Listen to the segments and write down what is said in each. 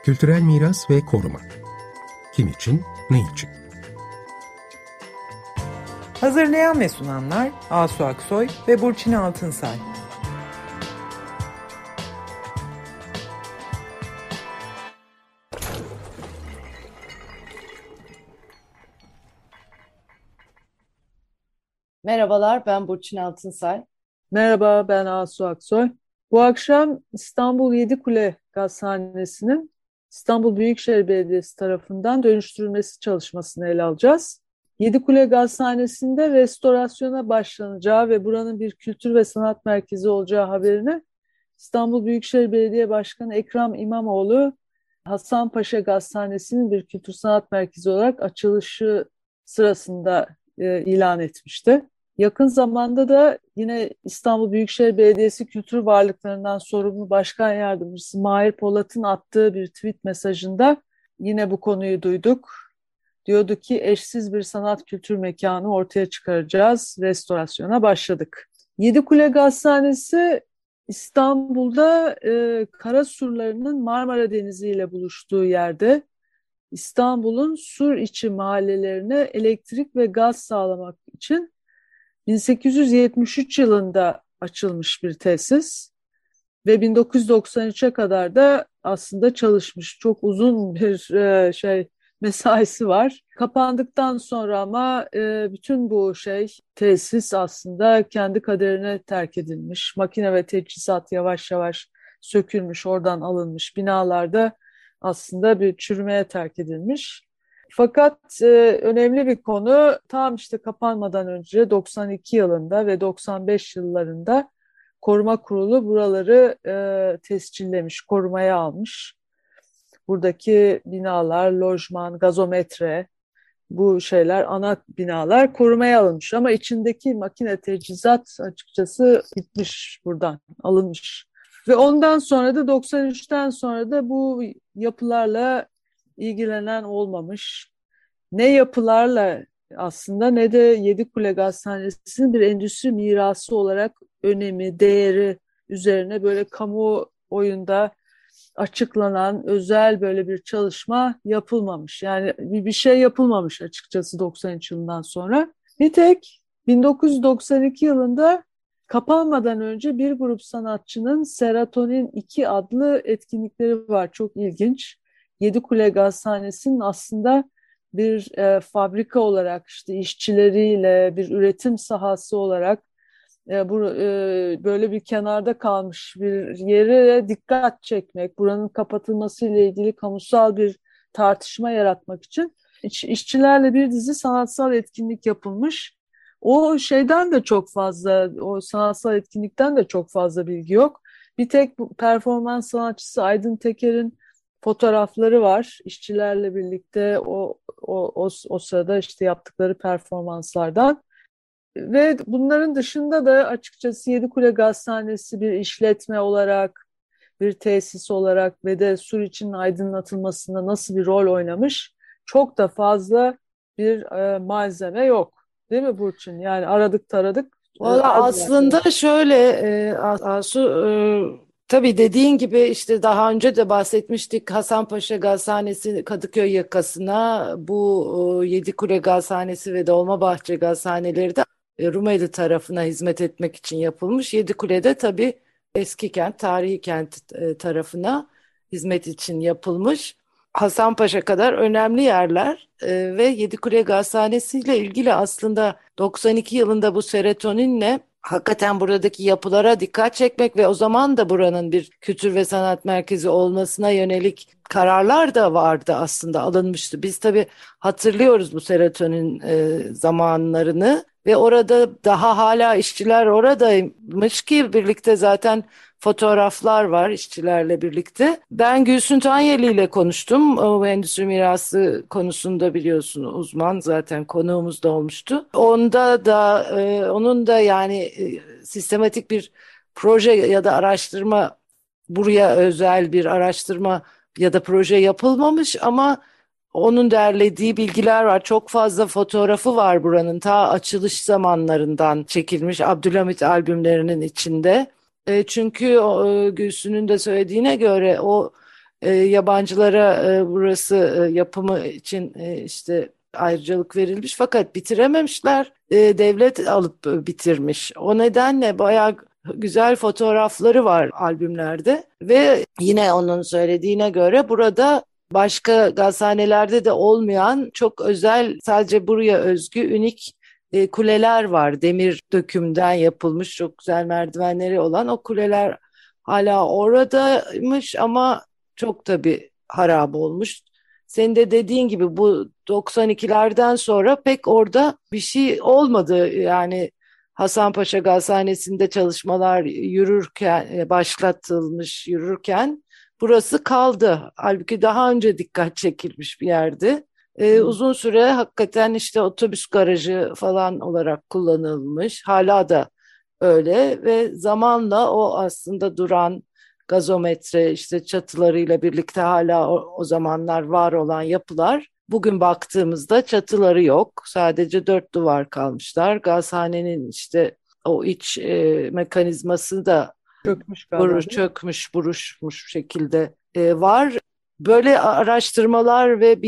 Kültürel miras ve koruma. Kim için, ne için? Hazırlayan ve sunanlar Asu Aksoy ve Burçin Altınsay. Merhabalar, ben Burçin Altınsay. Merhaba, ben Asu Aksoy. Bu akşam İstanbul Yedikule Gazhanesi'nin İstanbul Büyükşehir Belediyesi tarafından dönüştürülmesi çalışmasını ele alacağız. Yedikule Gazhanesi'nde restorasyona başlanacağı ve buranın bir kültür ve sanat merkezi olacağı haberini İstanbul Büyükşehir Belediye Başkanı Ekrem İmamoğlu, Hasanpaşa Gazhanesi'nin bir kültür sanat merkezi olarak açılışı sırasında ilan etmişti. Yakın zamanda da yine İstanbul Büyükşehir Belediyesi Kültür Varlıklarından sorumlu Başkan Yardımcısı Mahir Polat'ın attığı bir tweet mesajında yine bu konuyu duyduk. Diyordu ki eşsiz bir sanat kültür mekanı ortaya çıkaracağız, restorasyona başladık. Yedikule Gazhanesi İstanbul'da kara surlarının Marmara Denizi ile buluştuğu yerde İstanbul'un sur içi mahallelerine elektrik ve gaz sağlamak için 1873 yılında açılmış bir tesis ve 1993'e kadar da aslında çalışmış. Çok uzun bir mesaisi var. Kapandıktan sonra ama bütün bu tesis aslında kendi kaderine terk edilmiş. Makine ve teçhizat yavaş yavaş sökülmüş, oradan alınmış. Binalarda aslında bir çürümeye terk edilmiş. Fakat önemli bir konu tam kapanmadan önce 92 yılında ve 95 yıllarında Koruma Kurulu buraları tescillemiş, korumaya almış. Buradaki binalar, lojman, gazometre, bu ana binalar korumaya alınmış. Ama içindeki makine teçhizat açıkçası gitmiş buradan, alınmış. Ve ondan sonra da 93'ten sonra da bu yapılarla ilgilenen olmamış. Ne yapılarla aslında ne de Yedikule Gazhanesi'nin bir endüstri mirası olarak önemi, değeri üzerine böyle kamuoyunda açıklanan özel böyle bir çalışma yapılmamış. Yani bir şey yapılmamış açıkçası 93 yılından sonra. Bir tek 1992 yılında kapanmadan önce bir grup sanatçının Serotonin 2 adlı etkinlikleri var. Çok ilginç. Yedikule Gazhanesi'nin aslında bir fabrika olarak işçileriyle bir üretim sahası olarak böyle bir kenarda kalmış bir yere dikkat çekmek, buranın kapatılmasıyla ilgili kamusal bir tartışma yaratmak için işçilerle bir dizi sanatsal etkinlik yapılmış. O sanatsal etkinlikten de çok fazla bilgi yok. Bir tek bu performans sanatçısı Aydın Teker'in fotoğrafları var. İşçilerle birlikte o sırada yaptıkları performanslardan. Ve bunların dışında da açıkçası Yedikule Gazhanesi bir işletme olarak, bir tesis olarak ve de sur içinin aydınlatılmasında nasıl bir rol oynamış çok da fazla bir malzeme yok. Değil mi Burçin? Yani aradık taradık. Valla Az aslında var. şöyle Asu, tabii dediğin gibi işte daha önce de bahsetmiştik, Hasanpaşa Gazhanesi Kadıköy yakasına, bu Yedikule Gazhanesi ve Dolmabahçe Gazhaneleri de Rumeli tarafına hizmet etmek için yapılmış. Yedikule'de tabii eski kent, tarihi kent tarafına hizmet için yapılmış. Hasanpaşa kadar önemli yerler ve Yedikule Gazhanesi ile ilgili aslında 92 yılında bu serotoninle hakikaten buradaki yapılara dikkat çekmek ve o zaman da buranın bir kültür ve sanat merkezi olmasına yönelik kararlar da vardı, aslında alınmıştı. Biz tabii hatırlıyoruz bu serotonin zamanlarını ve orada daha hala işçiler oradaymış ki birlikte zaten fotoğraflar var işçilerle birlikte. Ben Gülsün Tanyeli ile konuştum. O endüstri mirası konusunda biliyorsun uzman, zaten konuğumuz da olmuştu. Onun da yani sistematik bir proje ya da araştırma, buraya özel bir araştırma ya da proje yapılmamış ama onun derlediği bilgiler var. Çok fazla fotoğrafı var buranın. Ta açılış zamanlarından çekilmiş Abdülhamit albümlerinin içinde. Çünkü Gülsün'ün de söylediğine göre o yabancılara burası yapımı için işte ayrıcalık verilmiş fakat bitirememişler. Devlet alıp bitirmiş. O nedenle bayağı güzel fotoğrafları var albümlerde ve yine onun söylediğine göre burada başka gazhanelerde de olmayan çok özel, sadece buraya özgü unik kuleler var. Demir dökümden yapılmış çok güzel merdivenleri olan o kuleler hala oradaymış ama çok tabii harap olmuş. Senin de dediğin gibi bu 92'lerden sonra pek orada bir şey olmadı. Yani Hasanpaşa Gazhanesi'nde çalışmalar yürürken, başlatılmış yürürken burası kaldı. Halbuki daha önce dikkat çekilmiş bir yerdi. Uzun süre hakikaten işte otobüs garajı falan olarak kullanılmış. Hala da öyle ve zamanla o aslında duran gazometre işte çatılarıyla birlikte hala o zamanlar var olan yapılar bugün baktığımızda çatıları yok. Sadece dört duvar kalmışlar. Gazhanenin işte o iç mekanizması da Çökmüş galiba, değil mi? çökmüş, buruşmuş şekilde var. Böyle araştırmalar ve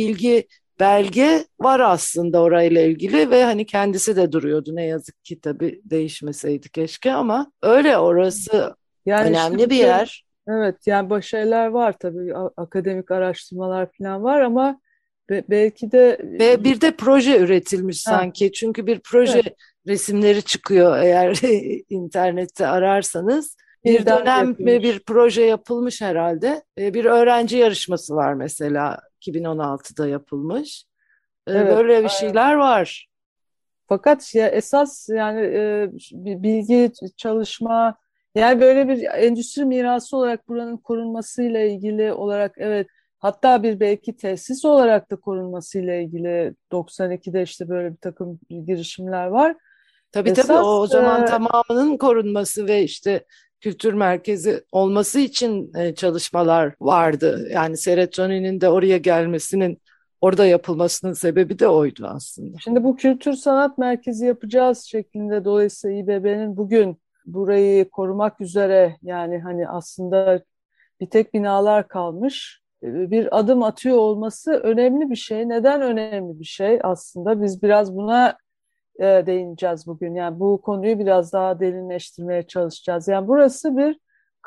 belge var aslında orayla ilgili ve hani kendisi de duruyordu. Ne yazık ki tabii değişmeseydi keşke ama öyle, orası Yani işte önemli bir bütün, yer. evet, yani başarılar var tabii, akademik araştırmalar falan var ama belki de Ve bir de proje üretilmiş ha, sanki. Çünkü bir proje evet, resimleri çıkıyor eğer internette ararsanız. Bir yeniden dönem bir yapılmış. proje yapılmış herhalde. Bir öğrenci yarışması var mesela 2016'da yapılmış. Evet. Böyle bir şeyler var. Fakat ya esas yani bir bilgi çalışma, yani böyle bir endüstri mirası olarak buranın korunmasıyla ilgili olarak, evet, hatta bir belki tesis olarak da korunmasıyla ilgili 92'de işte böyle bir takım girişimler var. Tabii tabii, Esas o zaman tamamının korunması ve işte kültür merkezi olması için çalışmalar vardı. Yani serotoninin de oraya gelmesinin, orada yapılmasının sebebi de oydu aslında. şimdi bu kültür sanat merkezi yapacağız şeklinde, dolayısıyla İBB'nin bugün burayı korumak üzere, yani hani aslında bir tek binalar kalmış, bir adım atıyor olması önemli bir şey. Neden önemli bir şey? Aslında biz biraz buna değineceğiz bugün. Yani bu konuyu biraz daha derinleştirmeye çalışacağız. Yani burası bir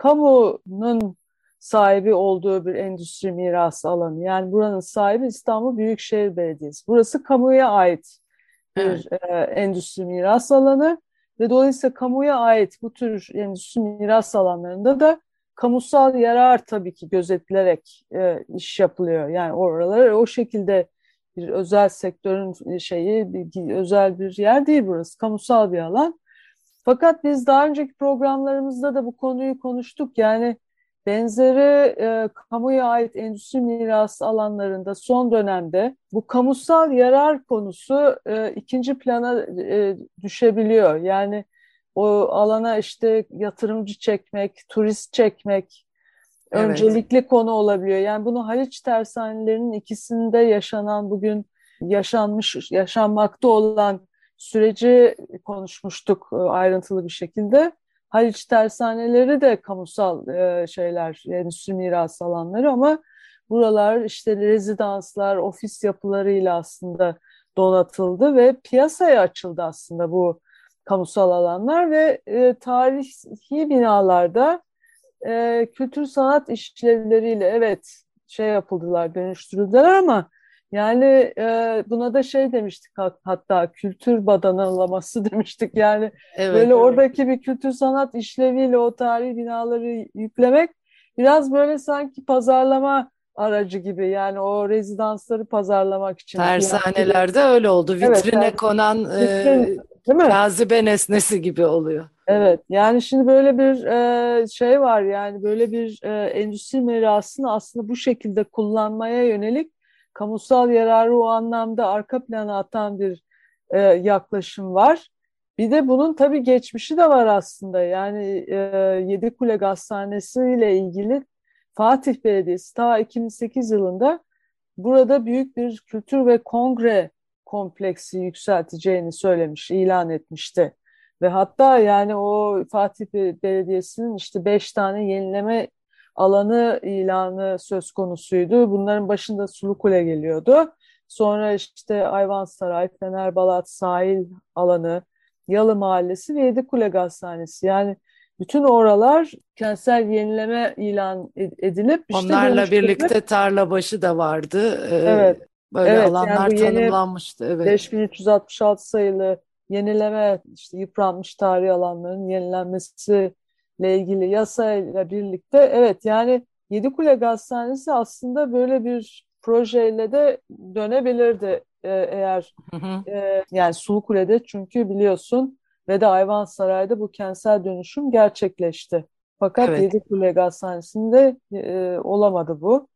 kamunun sahibi olduğu bir endüstri mirası alanı. Yani buranın sahibi İstanbul Büyükşehir Belediyesi. Burası kamuya ait Evet, bir endüstri miras alanı ve dolayısıyla kamuya ait bu tür endüstri miras alanlarında da kamusal yarar tabii ki gözetilerek iş yapılıyor. Yani oralar o şekilde bir özel sektörün şeyi, özel bir yer değil burası. Kamusal bir alan. Fakat biz daha önceki programlarımızda da bu konuyu konuştuk. Yani benzeri kamuya ait endüstri mirası alanlarında son dönemde bu kamusal yarar konusu ikinci plana düşebiliyor. Yani o alana işte yatırımcı çekmek, turist çekmek evet. öncelikli konu olabiliyor. Yani bunu Haliç tersanelerinin ikisinde yaşanan, bugün yaşanmakta olan süreci konuşmuştuk ayrıntılı bir şekilde. Haliç tersaneleri de kamusal şeyler, endüstri mirası alanları ama buralar işte rezidanslar, ofis yapılarıyla aslında donatıldı ve piyasaya açıldı aslında bu kamusal alanlar ve tarihi binalarda kültür sanat işlevleriyle, evet, şey yapıldılar, dönüştürüldüler ama yani buna da şey demiştik, hatta kültür badanalaması demiştik. Yani Evet. böyle oradaki bir kültür sanat işleviyle o tarihi binaları yüklemek biraz böyle sanki pazarlama aracı gibi, yani o rezidansları pazarlamak için filan gibi. Tersanelerde öyle oldu. Evet, Vitrine konan vitrin, değil mi? cazibe nesnesi gibi oluyor. Evet, yani şimdi böyle bir şey var, yani böyle bir endüstri mirasını aslında bu şekilde kullanmaya yönelik kamusal yararı o anlamda arka plana atan bir yaklaşım var. Bir de bunun tabii geçmişi de var aslında, yani Yedikule Gazhanesi ile ilgili Fatih Belediyesi ta 2008 yılında burada büyük bir kültür ve kongre kompleksi yükselteceğini söylemiş, ilan etmişti. Ve hatta yani o Fatih Belediyesi'nin işte 5 tane yenileme alanı ilanı söz konusuydu. Bunların başında Sulukule geliyordu. Sonra işte Ayvansaray, Fenerbalat sahil alanı, Yalı Mahallesi ve Yedikule Gazhanesi. Yani bütün oralar kentsel yenileme ilan edilip işte Onlarla dönüştürülüp, birlikte Tarlabaşı da vardı. evet, Böyle evet, yani bu alanlar yeni tanımlanmıştı. Evet. 5366 sayılı yenileme, işte yıpranmış tarihi alanların yenilenmesiyle ilgili yasayla birlikte, evet, yani Yedikule Gazhanesi aslında böyle bir projeyle de dönebilirdi, eğer Hı hı. yani Sulukule'de, çünkü biliyorsun, ve de Ayvansaray'da bu kentsel dönüşüm gerçekleşti. Fakat Evet. Yedikule Gazhanesi'nde olamadı bu.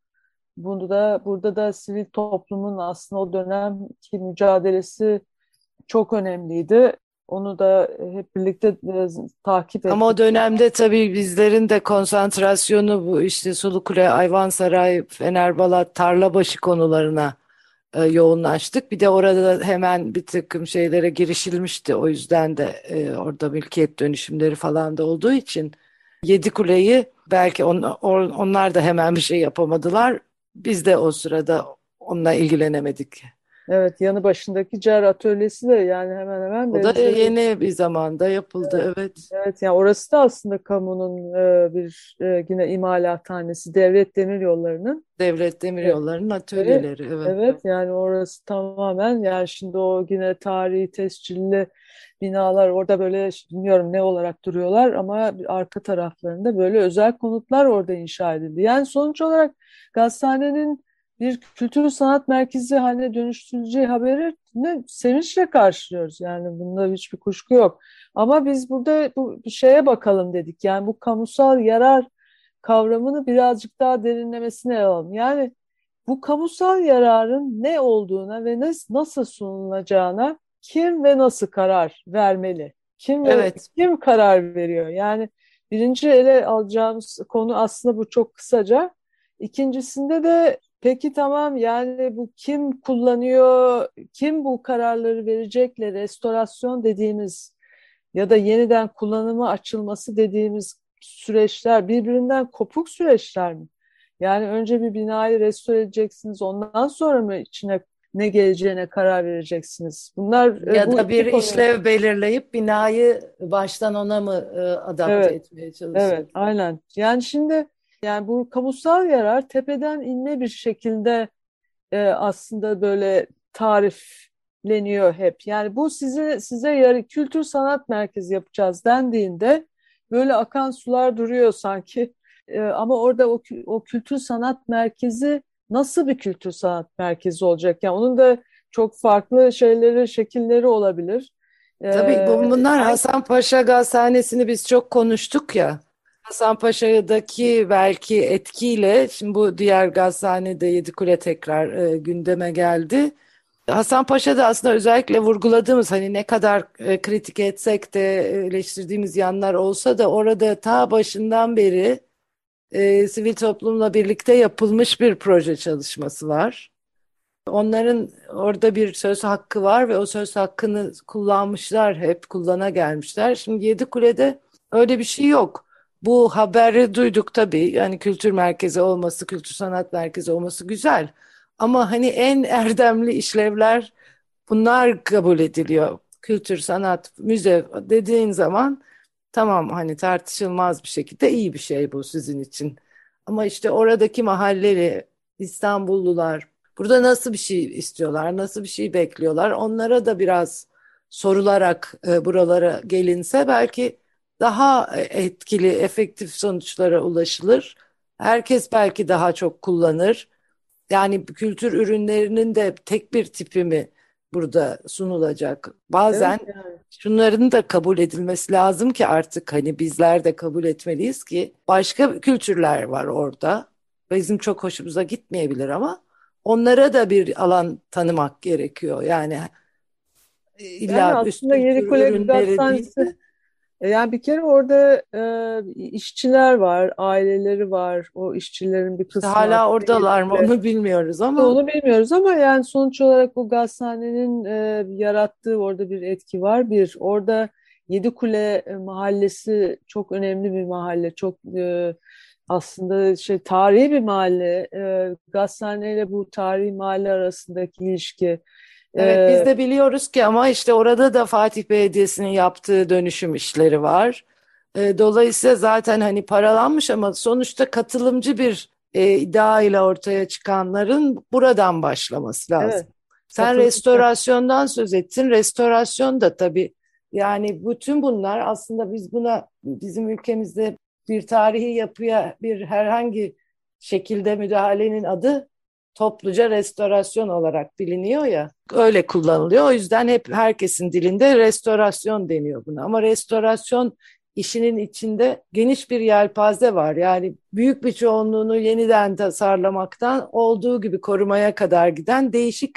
Burada da sivil toplumun aslında o dönemki mücadelesi çok önemliydi. Onu da hep birlikte takip Ama o ettik. dönemde tabii bizlerin de konsantrasyonu bu işte Sulukule, Ayvansaray, Fenerbalat, Tarlabaşı konularına yoğunlaştık. Bir de orada hemen bir takım şeylere girişilmişti. O yüzden de orada mülkiyet dönüşümleri falan da olduğu için Yedikule'yi belki onlar da hemen bir şey yapamadılar. Biz de o sırada onunla ilgilenemedik. Evet, yanı başındaki Cer Atölyesi de yani hemen hemen O da benzeri. yeni bir zamanda yapıldı. Evet. Evet, yani orası da aslında kamunun bir yine imalathanesi, devlet demiryollarının. Devlet Evet. Demiryolları'nın Evet, atölyeleri. Evet. evet, yani orası tamamen, yani şimdi o yine tarihi tescilli binalar orada böyle, bilmiyorum ne olarak duruyorlar, ama arka taraflarında böyle özel konutlar orada inşa edildi. Yani sonuç olarak Gazhane'nin bir kültür sanat merkezi haline dönüştürüleceği haberini sevinçle karşılıyoruz. Yani bunda hiçbir kuşku yok. Ama biz burada bu şeye bakalım dedik. Yani bu kamusal yarar kavramını birazcık daha derinlemesine alalım. Yani bu kamusal yararın ne olduğuna ve nasıl sunulacağına kim ve nasıl karar vermeli? Evet. Kim karar veriyor? Yani birinci ele alacağımız konu aslında bu, çok kısaca. İkincisinde de peki, tamam, yani bu kim kullanıyor, kim bu kararları verecekle restorasyon dediğimiz ya da yeniden kullanıma açılması dediğimiz süreçler birbirinden kopuk süreçler mi? Yani önce bir binayı restore edeceksiniz, ondan sonra mı içine ne geleceğine karar vereceksiniz? Bunlar Ya bu da iki bir konu. işlev belirleyip binayı baştan ona mı adapte Evet, etmeye evet, çalışıyoruz? aynen. Yani şimdi, yani bu kamusal yarar tepeden inme bir şekilde aslında böyle tarifleniyor hep. Yani bu size yarı kültür sanat merkezi yapacağız dendiğinde böyle akan sular duruyor sanki. Ama orada o kültür sanat merkezi nasıl bir kültür sanat merkezi olacak? Yani onun da çok farklı şeyleri, şekilleri olabilir. Tabii E, bunlar hangi- Hasanpaşa Gazhanesi'ni biz çok konuştuk ya. Hasanpaşa'daki belki etkiyle şimdi bu diğer gazhanede Yedikule tekrar gündeme geldi. Hasanpaşa'da aslında özellikle vurguladığımız hani ne kadar kritik etsek de eleştirdiğimiz yanlar olsa da orada ta başından beri sivil toplumla birlikte yapılmış bir proje çalışması var. Onların orada bir söz hakkı var ve o söz hakkını kullanmışlar, hep kullana gelmişler. Şimdi Yedikule'de öyle bir şey yok. Bu haberi duyduk tabii. Yani kültür merkezi olması, kültür sanat merkezi olması güzel. Ama hani en erdemli işlevler bunlar kabul ediliyor. Kültür, sanat, müze dediğin zaman tamam hani tartışılmaz bir şekilde iyi bir şey bu sizin için. Ama işte oradaki mahalleli İstanbullular burada nasıl bir şey istiyorlar, nasıl bir şey bekliyorlar? Onlara da biraz sorularak buralara gelinse belki daha etkili, efektif sonuçlara ulaşılır. Herkes belki daha çok kullanır. Yani kültür ürünlerinin de tek bir tipi mi burada sunulacak? evet, Bazen yani. şunların da kabul edilmesi lazım ki artık hani bizler de kabul etmeliyiz ki başka kültürler var orada. Bizim çok hoşumuza gitmeyebilir ama onlara da bir alan tanımak gerekiyor. Yani Yani illa üst aslında kültür Yedikule ürünleri değil Gazhanesi, de yani bir kere orada işçiler var, aileleri var. O işçilerin bir işte kısmı hala aslında oradalar mı Yedikule. onu bilmiyoruz İşte ama onu bilmiyoruz ama yani sonuç olarak o gazhanenin yarattığı orada bir etki var. Bir, orada Yedikule Mahallesi çok önemli bir mahalle. Çok aslında tarihi bir mahalle. Gazhane ile bu tarihi mahalle arasındaki ilişki. Evet, biz E, de biliyoruz ki ama işte orada da Fatih Belediyesi'nin yaptığı dönüşüm işleri var. Dolayısıyla zaten hani paralanmış ama sonuçta katılımcı bir iddia ile ortaya çıkanların buradan başlaması lazım. evet, Sen katılımcı. restorasyondan söz ettin. Restorasyon da tabii yani bütün bunlar aslında biz buna bizim ülkemizde bir tarihi yapıya bir herhangi şekilde müdahalenin adı topluca restorasyon olarak biliniyor ya, öyle kullanılıyor. O yüzden hep herkesin dilinde restorasyon deniyor buna. Ama restorasyon işinin içinde geniş bir yelpaze var. Yani büyük bir çoğunluğunu yeniden tasarlamaktan olduğu gibi korumaya kadar giden değişik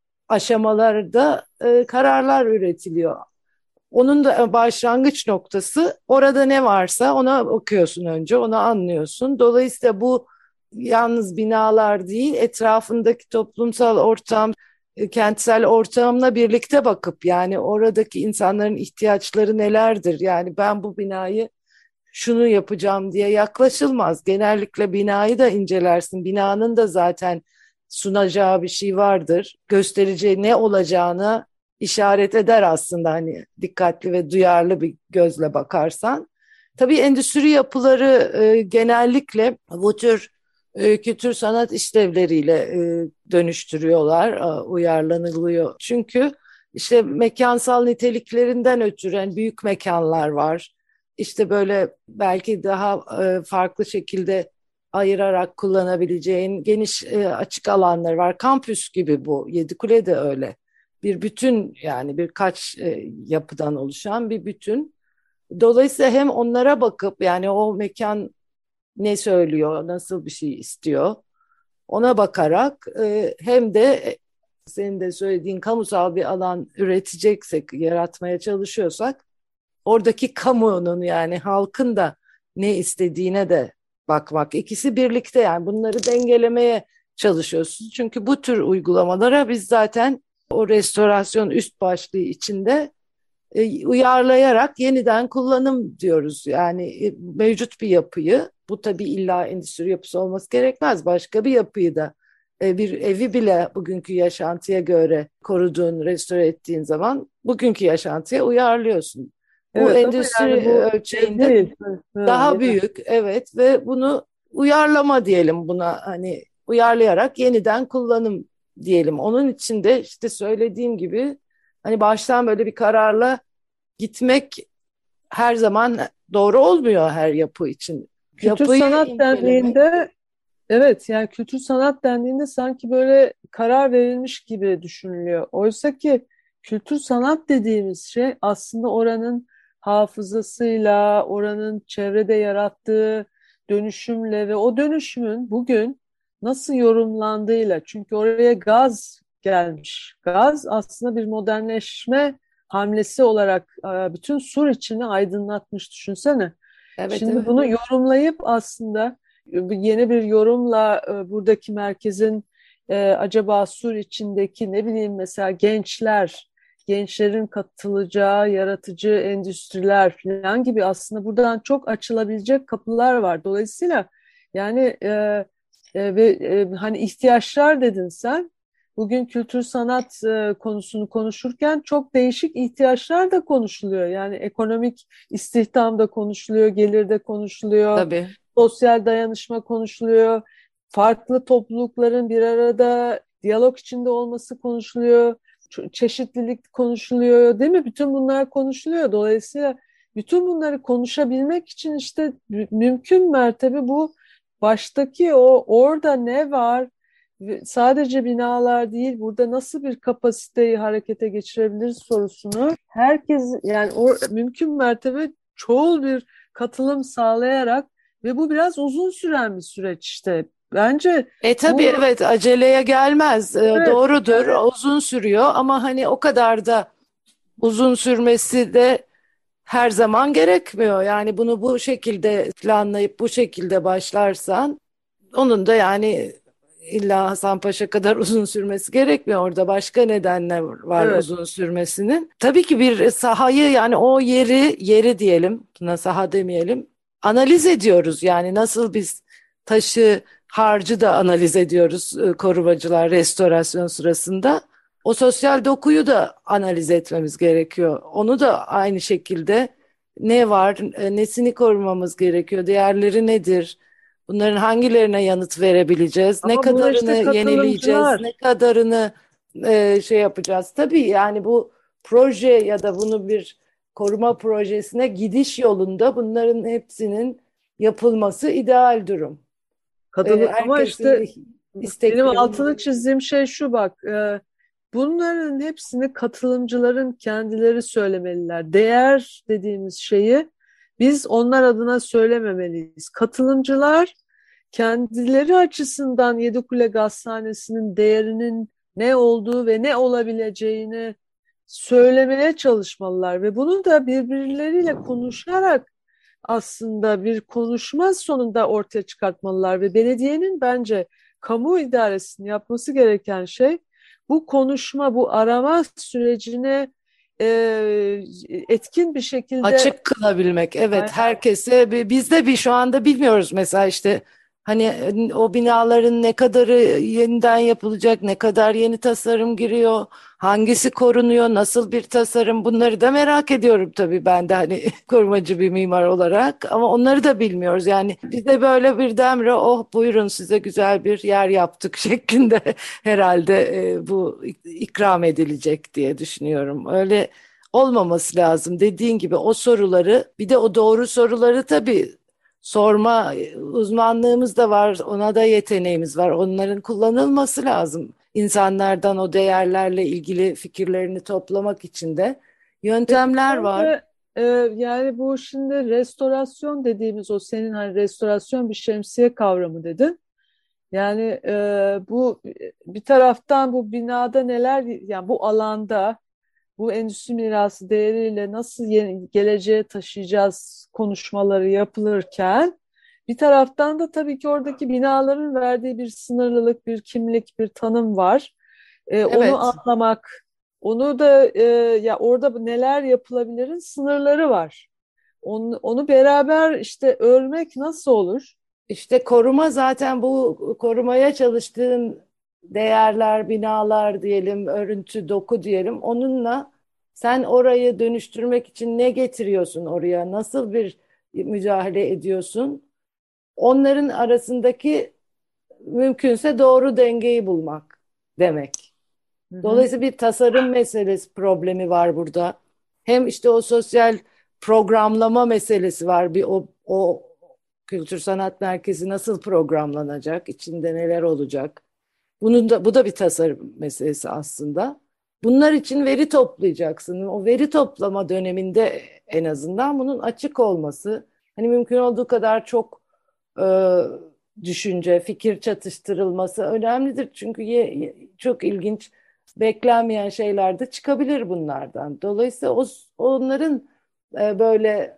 aşamalarda kararlar üretiliyor. Onun da başlangıç noktası orada ne varsa ona okuyorsun önce, onu anlıyorsun. Dolayısıyla bu yalnız binalar değil, etrafındaki toplumsal ortam, kentsel ortamla birlikte bakıp yani oradaki insanların ihtiyaçları nelerdir? Yani ben bu binayı şunu yapacağım diye yaklaşılmaz. Genellikle binayı da incelersin. Binanın da zaten sunacağı bir şey vardır. Göstereceği ne olacağını işaret eder aslında hani dikkatli ve duyarlı bir gözle bakarsan. Tabii endüstri yapıları genellikle bu tür kültür sanat işlevleriyle dönüştürüyorlar, uyarlanılıyor. Çünkü işte mekansal niteliklerinden ötürü yani büyük mekanlar var. İşte böyle belki daha farklı şekilde ayırarak kullanabileceğin geniş açık alanlar var. Kampüs gibi bu. Yedikule de öyle. Bir bütün yani birkaç yapıdan oluşan bir bütün. Dolayısıyla hem onlara bakıp yani o mekan ne söylüyor, nasıl bir şey istiyor ona bakarak hem de senin de söylediğin kamusal bir alan üreteceksek, yaratmaya çalışıyorsak oradaki kamunun yani halkın da ne istediğine de bakmak. İkisi birlikte yani bunları dengelemeye çalışıyorsun. Çünkü bu tür uygulamalara biz zaten o restorasyon üst başlığı içinde uyarlayarak yeniden kullanım diyoruz. Yani mevcut bir yapıyı, bu tabii illa endüstri yapısı olması gerekmez. Başka bir yapıyı da bir evi bile bugünkü yaşantıya göre koruduğun, restore ettiğin zaman bugünkü yaşantıya uyarlıyorsun. Bu Evet ama yani endüstri bu ev ölçeğinde değil. Ha, daha yani. büyük, evet ve bunu uyarlama diyelim buna hani uyarlayarak yeniden kullanım diyelim. Onun için de işte söylediğim gibi hani baştan böyle bir kararla gitmek her zaman doğru olmuyor her yapı için. Kültür Yapıyı sanat incelemek. dendiğinde, evet, yani kültür sanat dendiğinde sanki böyle karar verilmiş gibi düşünülüyor. Oysa ki kültür sanat dediğimiz şey aslında oranın hafızasıyla, oranın çevrede yarattığı dönüşümle ve o dönüşümün bugün nasıl yorumlandığıyla. Çünkü oraya gaz gelmiş. Gaz aslında bir modernleşme hamlesi olarak bütün Sur içini aydınlatmış, düşünsene. Evet, Şimdi evet. bunu yorumlayıp aslında yeni bir yorumla buradaki merkezin acaba Sur içindeki ne bileyim mesela gençlerin katılacağı yaratıcı endüstriler falan gibi aslında buradan çok açılabilecek kapılar var. Dolayısıyla yani hani ihtiyaçlar dedin sen. Bugün kültür sanat konusunu konuşurken çok değişik ihtiyaçlar da konuşuluyor. Yani ekonomik istihdam da konuşuluyor, gelir de konuşuluyor, Tabii. sosyal dayanışma konuşuluyor, farklı toplulukların bir arada diyalog içinde olması konuşuluyor, çeşitlilik konuşuluyor, değil mi? Bütün bunlar konuşuluyor. Dolayısıyla bütün bunları konuşabilmek için işte mümkün mertebe bu baştaki o orada ne var? Sadece binalar değil, burada nasıl bir kapasiteyi harekete geçirebiliriz sorusunu herkes yani o mümkün mertebe çoğul bir katılım sağlayarak ve bu biraz uzun süren bir süreç işte. Bence Tabii bu, evet aceleye gelmez. evet, Doğrudur. evet, Uzun sürüyor ama hani o kadar da uzun sürmesi de her zaman gerekmiyor. Yani bunu bu şekilde planlayıp bu şekilde başlarsan onun da yani illa Hasanpaşa kadar uzun sürmesi gerekmiyor. Orada başka nedenler var Evet. uzun sürmesinin. Tabii ki bir sahayı, yani o yeri diyelim, buna saha demeyelim, analiz ediyoruz. Yani nasıl biz taşı, harcı da analiz ediyoruz korumacılar restorasyon sırasında. O sosyal dokuyu da analiz etmemiz gerekiyor. Onu da aynı şekilde, ne var, nesini korumamız gerekiyor, değerleri nedir? Bunların hangilerine yanıt verebileceğiz? Ne Ama buna kadarını işte yenileyeceğiz? Ne katılımcılar, kadarını şey yapacağız? Tabii yani bu proje ya da bunu bir koruma projesine gidiş yolunda bunların hepsinin yapılması ideal durum. ama Herkesin işte benim altını isteklerinin. çizdiğim şey şu bak, bunların hepsini katılımcıların kendileri söylemeliler. Değer dediğimiz şeyi biz onlar adına söylememeliyiz. Katılımcılar kendileri açısından Yedikule Gazhanesi'nin değerinin ne olduğu ve ne olabileceğini söylemeye çalışmalılar ve bunu da birbirleriyle konuşarak aslında bir konuşma sonunda ortaya çıkartmalılar ve belediyenin bence kamu idaresinin yapması gereken şey bu konuşma, bu arama sürecine etkin bir şekilde. Açık kılabilmek. Evet, Aynen. herkese biz de şu anda bilmiyoruz mesela, işte hani o binaların ne kadarı yeniden yapılacak, ne kadar yeni tasarım giriyor, hangisi korunuyor, nasıl bir tasarım, bunları da merak ediyorum tabii ben de, hani korumacı bir mimar olarak, ama onları da bilmiyoruz. Yani biz de böyle birdenbire oh buyurun size güzel bir yer yaptık şeklinde herhalde bu ikram edilecek diye düşünüyorum. Öyle olmaması lazım. Dediğin gibi o soruları, bir de o doğru soruları tabii sorma uzmanlığımız da var, ona da yeteneğimiz var. Onların kullanılması lazım. İnsanlardan o değerlerle ilgili fikirlerini toplamak için de Peki yöntemler var. sence yani bu şimdi restorasyon dediğimiz o senin hani restorasyon bir şemsiye kavramı dedin. Yani bu bir taraftan bu binada neler yani bu alanda bu endüstri mirası değeriyle nasıl geleceğe taşıyacağız konuşmaları yapılırken bir taraftan da tabii ki oradaki binaların verdiği bir sınırlılık, bir kimlik, bir tanım var. Onu Evet. anlamak, onu da ya orada neler yapılabilirin sınırları var. Onu beraber işte örmek nasıl olur? İşte koruma, zaten bu korumaya çalıştığın değerler, binalar diyelim, örüntü, doku diyelim. Onunla sen orayı dönüştürmek için ne getiriyorsun oraya? Nasıl bir müdahale ediyorsun? Onların arasındaki mümkünse doğru dengeyi bulmak demek. Hı hı. Dolayısıyla bir tasarım meselesi, problemi var burada. Hem işte o sosyal programlama meselesi var. O kültür sanat merkezi nasıl programlanacak? İçinde neler olacak? Bu da bir tasarım meselesi aslında. Bunlar için veri toplayacaksın. O veri toplama döneminde en azından bunun açık olması, hani mümkün olduğu kadar çok e, düşünce, fikir çatıştırılması önemlidir. Çünkü çok ilginç, beklenmeyen şeyler de çıkabilir bunlardan. Dolayısıyla onların böyle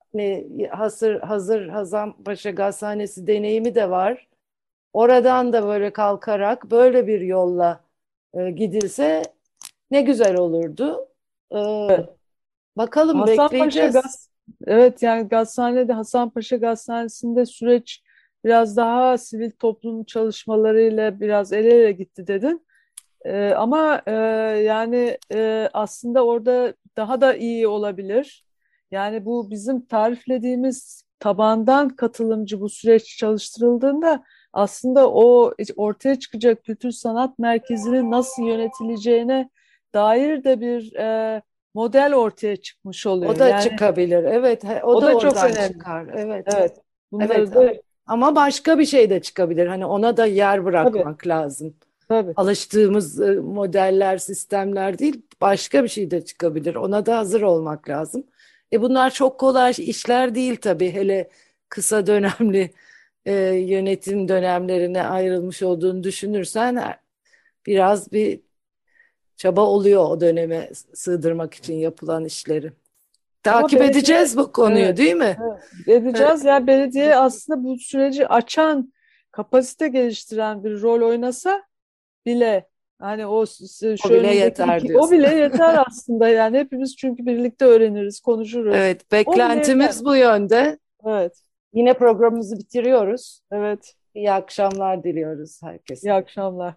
hazır Hasanpaşa Gazhanesi deneyimi de var. Oradan da böyle kalkarak böyle bir yolla gidilse ne güzel olurdu. E, Bakalım, Hasanpaşa bekleyeceğiz. Gaz, evet yani Gazhane'de Hasanpaşa Gazhanesi'nde süreç biraz daha sivil toplum çalışmalarıyla biraz el ele gitti dedin. Ama yani aslında orada daha da iyi olabilir. Yani bu bizim tariflediğimiz tabandan katılımcı bu süreç çalıştırıldığında aslında o ortaya çıkacak kültür sanat merkezinin nasıl yönetileceğine dair de bir model ortaya çıkmış oluyor. O da Yani çıkabilir. Evet, o o da da çok oradan önemli. çıkar. Evet. Evet. Evet. Bunları da Ama başka bir şey de çıkabilir. Hani ona da yer tabii bırakmak lazım. tabii. Alıştığımız modeller, sistemler değil, başka bir şey de çıkabilir. Ona da hazır olmak lazım. Bunlar çok kolay işler değil tabii. Hele kısa dönemli yönetim dönemlerine ayrılmış olduğunu düşünürsen biraz bir çaba oluyor o döneme sığdırmak için yapılan işleri. Ama Takip belediye edeceğiz bu konuyu, evet, değil mi? evet edeceğiz. Yani belediye aslında bu süreci açan kapasite geliştiren bir rol oynasa bile hani O bile yeter o diyorsun. bile yeter aslında yani hepimiz çünkü birlikte öğreniriz, konuşuruz. Evet, O bile yeter. beklentimiz bu yönde. Evet, Yine programımızı bitiriyoruz. evet. İyi akşamlar diliyoruz herkese. İyi akşamlar.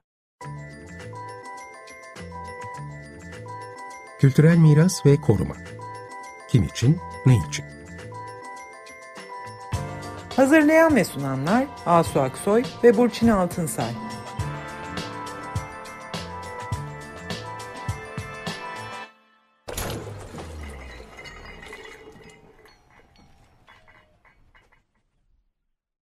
Kültürel miras ve koruma. Kim için, ne için? Hazırlayan ve sunanlar Asu Aksoy ve Burçin Altınsay.